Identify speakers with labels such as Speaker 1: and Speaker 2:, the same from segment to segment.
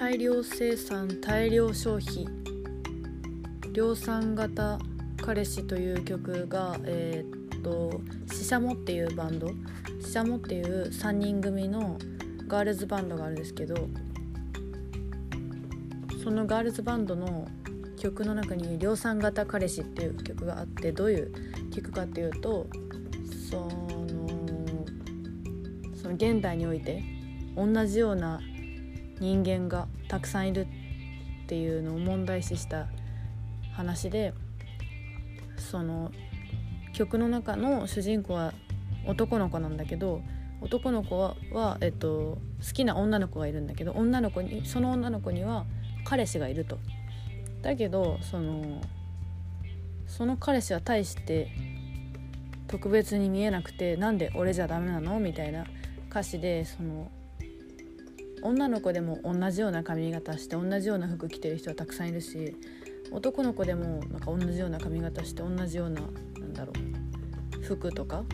Speaker 1: 大量生産大量消費量産型彼氏という曲がシシャモっていうバンド、シシャモっていう3人組のガールズバンドがあるんですけど、そのガールズバンドの曲の中に量産型彼氏っていう曲があって、どういう曲かっていうと、その現代において同じような人間がたくさんいるっていうのを問題視した話で、その曲の中の主人公は男の子なんだけど、男の子は好きな女の子がいるんだけど、その女の子には彼氏がいると。だけどその彼氏は大して特別に見えなくて、なんで俺じゃダメなのみたいな歌詞で、その女の子でも同じような髪型して同じような服着てる人はたくさんいるし、男の子でもなんか同じような髪型して同じような服とか、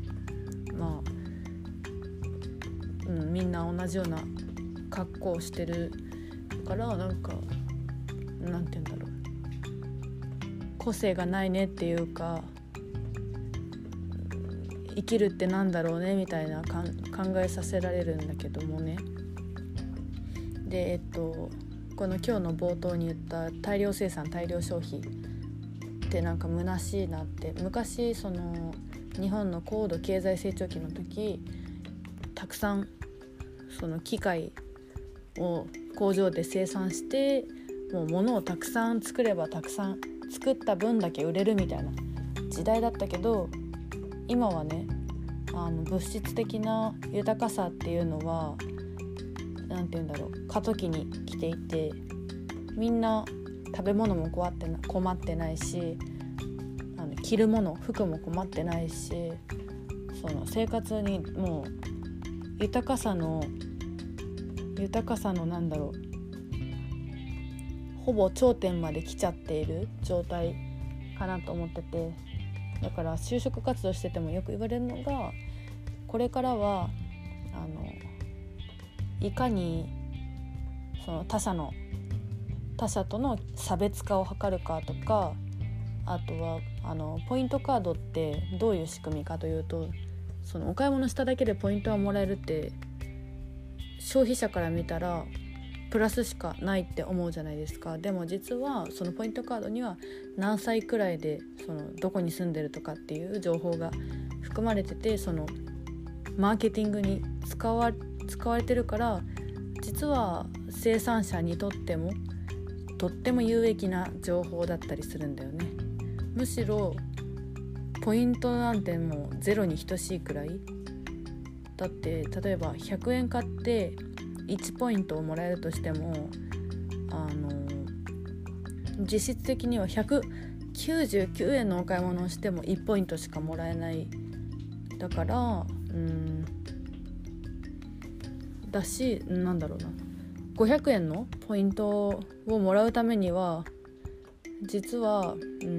Speaker 1: みんな同じような格好をしてるから、なんて言うんだろう、個性がないねっていうか、生きるってなんだろうねみたいな考えさせられるんだけどもね。でこの今日の冒頭に言った大量生産大量消費ってなんか虚しいなって。昔その日本の高度経済成長期の時、たくさんその機械を工場で生産して、もう物をたくさん作ればたくさん作った分だけ売れるみたいな時代だったけど、今はね、物質的な豊かさっていうのはなんて言うんだろう、過渡期に来ていて、みんな食べ物も困ってないし、着るもの服も困ってないし、その生活にもう豊かさのなんだろう、ほぼ頂点まで来ちゃっている状態かなと思ってて、だから就職活動しててもよく言われるのが、これからはいかにその他者との差別化を図るかとか、あとはポイントカードってどういう仕組みかというと、そのお買い物しただけでポイントがもらえるって消費者から見たらプラスしかないって思うじゃないですか。でも実はそのポイントカードには何歳くらいでどこに住んでるとかっていう情報が含まれてて、そのマーケティングに使われてるから、実は生産者にとってもとっても有益な情報だったりするんだよね。むしろポイントなんてもうゼロに等しいくらいだって、例えば100円買って1ポイントをもらえるとしても、実質的には199円のお買い物をしても1ポイントしかもらえない。だからだし、なんだろうな、500円のポイントをもらうためには実は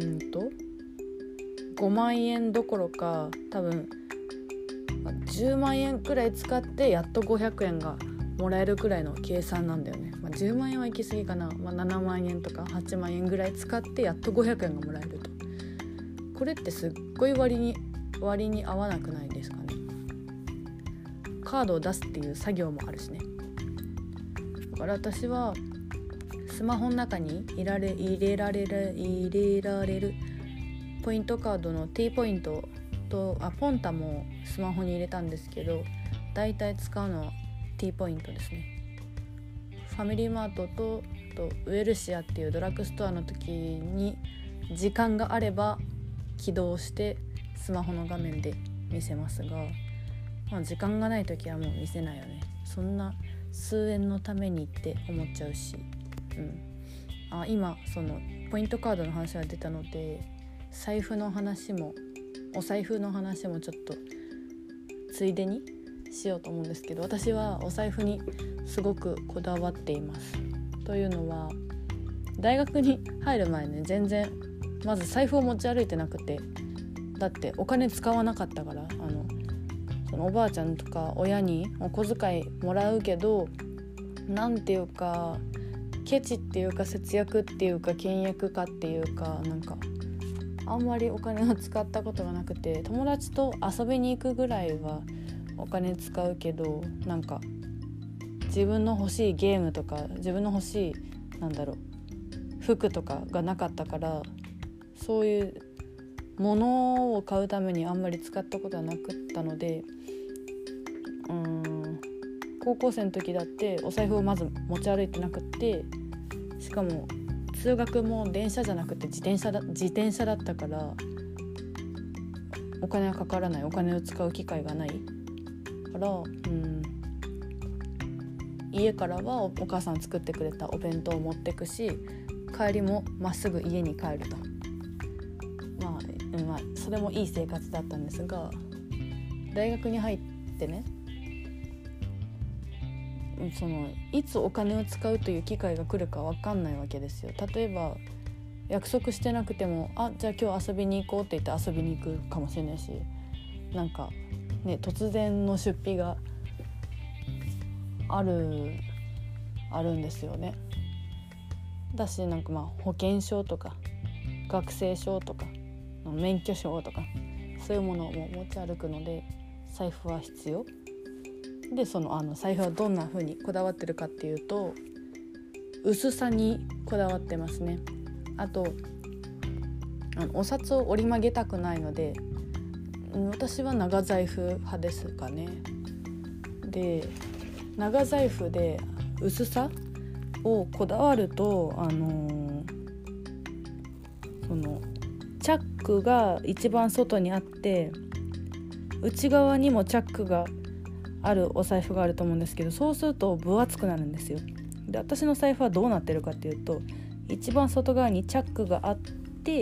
Speaker 1: 5万円どころか多分10万円くらい使ってやっと500円がもらえるくらいの計算なんだよね。10万円は行き過ぎかな、7万円とか8万円ぐらい使ってやっと500円がもらえると。これってすっごい割に合わなくないですかね。カードを出すっていう作業もあるしね。だから私はスマホの中に入れられるポイントカードの T ポイントとポンタもスマホに入れたんですけど、だいたい使うのは T ポイントですね。ファミリーマートとウエルシアっていうドラッグストアの時に時間があれば起動してスマホの画面で見せますが、時間がない時はもう見せないよね。そんな数円のためにって思っちゃうし、今そのポイントカードの話が出たので、お財布の話もちょっとついでにしようと思うんですけど、私はお財布にすごくこだわっています。というのは、大学に入る前ね、全然まず財布を持ち歩いてなくて、だってお金使わなかったから、そのおばあちゃんとか親にお小遣いもらうけど、 なんていうかケチっていうか節約っていうか倹約かっていうか、なんかあんまりお金を使ったことがなくて、友達と遊びに行くぐらいはお金使うけど、なんか自分の欲しいゲームとか自分の欲しい服とかがなかったから、そういうものを買うためにあんまり使ったことはなくったので、高校生の時だってお財布をまず持ち歩いてなくって、しかも通学も電車じゃなくて自転車だったから、お金はかからない、お金を使う機会がないから、家からはお母さん作ってくれたお弁当を持ってくし、帰りもまっすぐ家に帰ると、それもいい生活だったんですが、大学に入ってね、いつお金を使うという機会が来るか分かんないわけですよ。例えば約束してなくても、じゃあ今日遊びに行こうって言って遊びに行くかもしれないし、なんかね、突然の出費があるんですよね。だし、なんか保険証とか学生証とか免許証とかそういうものを持ち歩くので、財布は必要で、財布はどんな風にこだわってるかっていうと、薄さにこだわってますね。あとお札を折り曲げたくないので、私は長財布派ですかね。で、長財布で薄さをこだわると、チャックが一番外にあって、内側にもチャックがあるお財布があると思うんですけど、そうすると分厚くなるんですよ。で、私の財布はどうなってるかっていうと、一番外側にチャックがあって、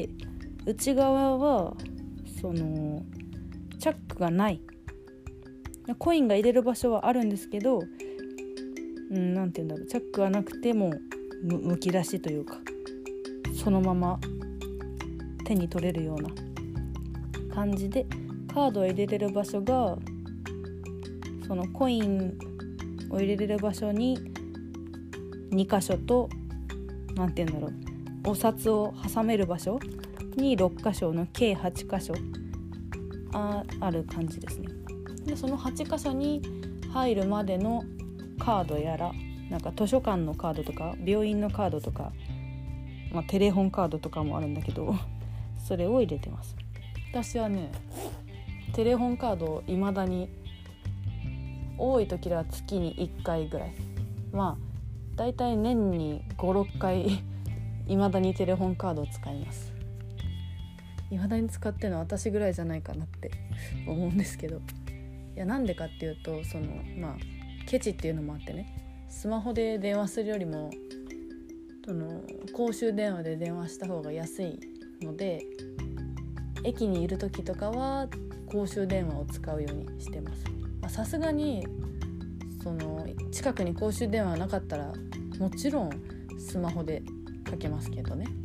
Speaker 1: 内側はチャックがない。コインが入れる場所はあるんですけど、なんていうんだろう、チャックがなくてもむき出しというか、そのまま手に取れるような感じで、カードを入れれる場所が、そのコインを入れれる場所に2箇所と、なんていうんだろう、お札を挟める場所に6箇所の計8箇所 ある感じですね。で、その8箇所に入るまでのカードやら、なんか図書館のカードとか病院のカードとか、テレホンカードとかもあるんだけど、それを入れてます。私はね、テレホンカードを未だに、多い時は月に1回ぐらい、だいたい年に 5,6 回未だにテレホンカードを使います。未だに使ってるのは私ぐらいじゃないかなって思うんですけど、いや、なんでかっていうと、ケチっていうのもあってね、スマホで電話するよりも公衆電話で電話した方が安いので、駅にいる時とかは公衆電話を使うようにしてます。さすがに近くに公衆電話なかったら、もちろんスマホでかけますけどね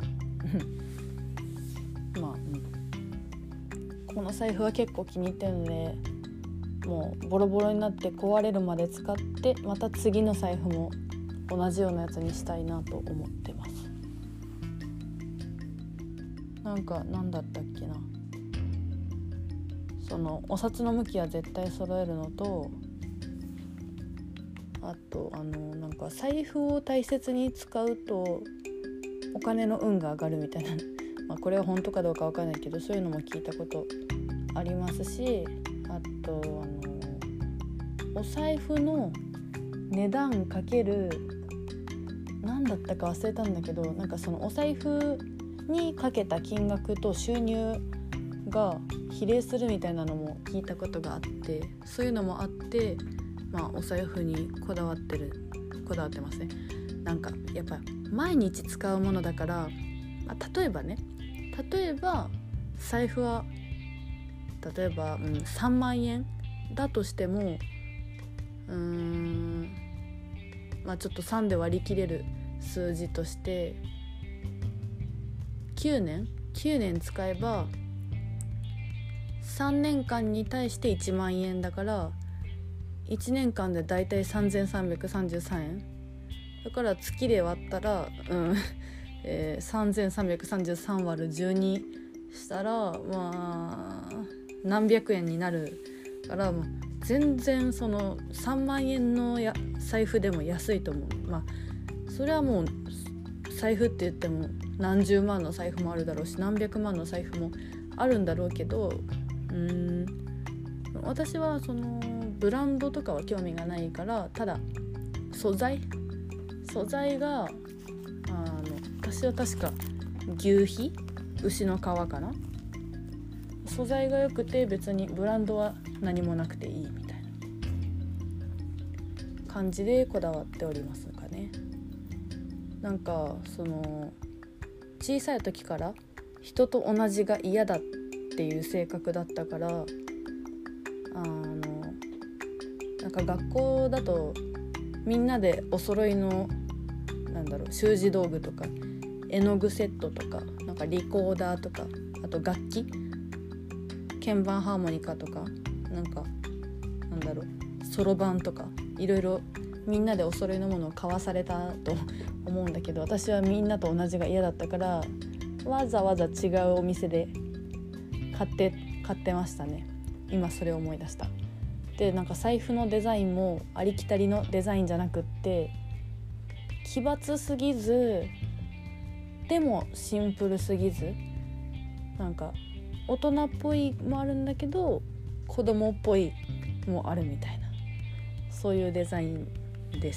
Speaker 1: この財布は結構気に入ってるので、もうボロボロになって壊れるまで使って、また次の財布も同じようなやつにしたいなと思ってます。なんだったっけな、お札の向きは絶対揃えるのと、あと財布を大切に使うとお金の運が上がるみたいなこれは本当かどうか分かんないけど、そういうのも聞いたことありますし、あとお財布の値段かける何だったか忘れたんだけど、お財布にかけた金額と収入が比例するみたいなのも聞いたことがあって、そういうのもあって、お財布にこだわってますね。やっぱ毎日使うものだから、例えば財布は3万円だとしても、ちょっと3で割り切れる数字として9年使えば3年間に対して1万円だから、1年間でだいたい3333円だから月で割ったら、3333割る12したらまあ何百円になるから、もう全然その3万円の財布でも安いと思う。まあそれはもう財布って言っても何十万の財布もあるだろうし、何百万の財布もあるんだろうけど、私はそのブランドとかは興味がないから、ただ素材が私は確か牛皮、牛の皮かな、素材が良くて別にブランドは何もなくていいみたいな感じでこだわっておりますかね。なんかその小さい時から人と同じが嫌だっていう性格だったから、なんか学校だとみんなでお揃いの習字道具とか絵の具セットとか、なんかリコーダーとか、あと楽器、鍵盤ハーモニカとか、そろばんとか、いろいろみんなでお揃いのものを買わされたと思うんだけど、私はみんなと同じが嫌だったから、わざわざ違うお店で買ってましたね。今それを思い出した。でなんか財布のデザインもありきたりのデザインじゃなくって、奇抜すぎずでもシンプルすぎず、なんか大人っぽいもあるんだけど子供っぽいもあるみたいな、そういうデザインです。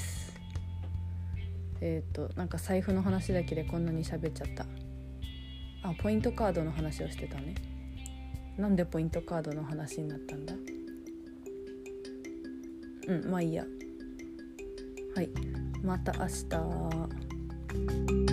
Speaker 1: なんか財布の話だけでこんなに喋っちゃった。ポイントカードの話をしてたね。なんでポイントカードの話になったんだ。まあいいや。はい、また明日。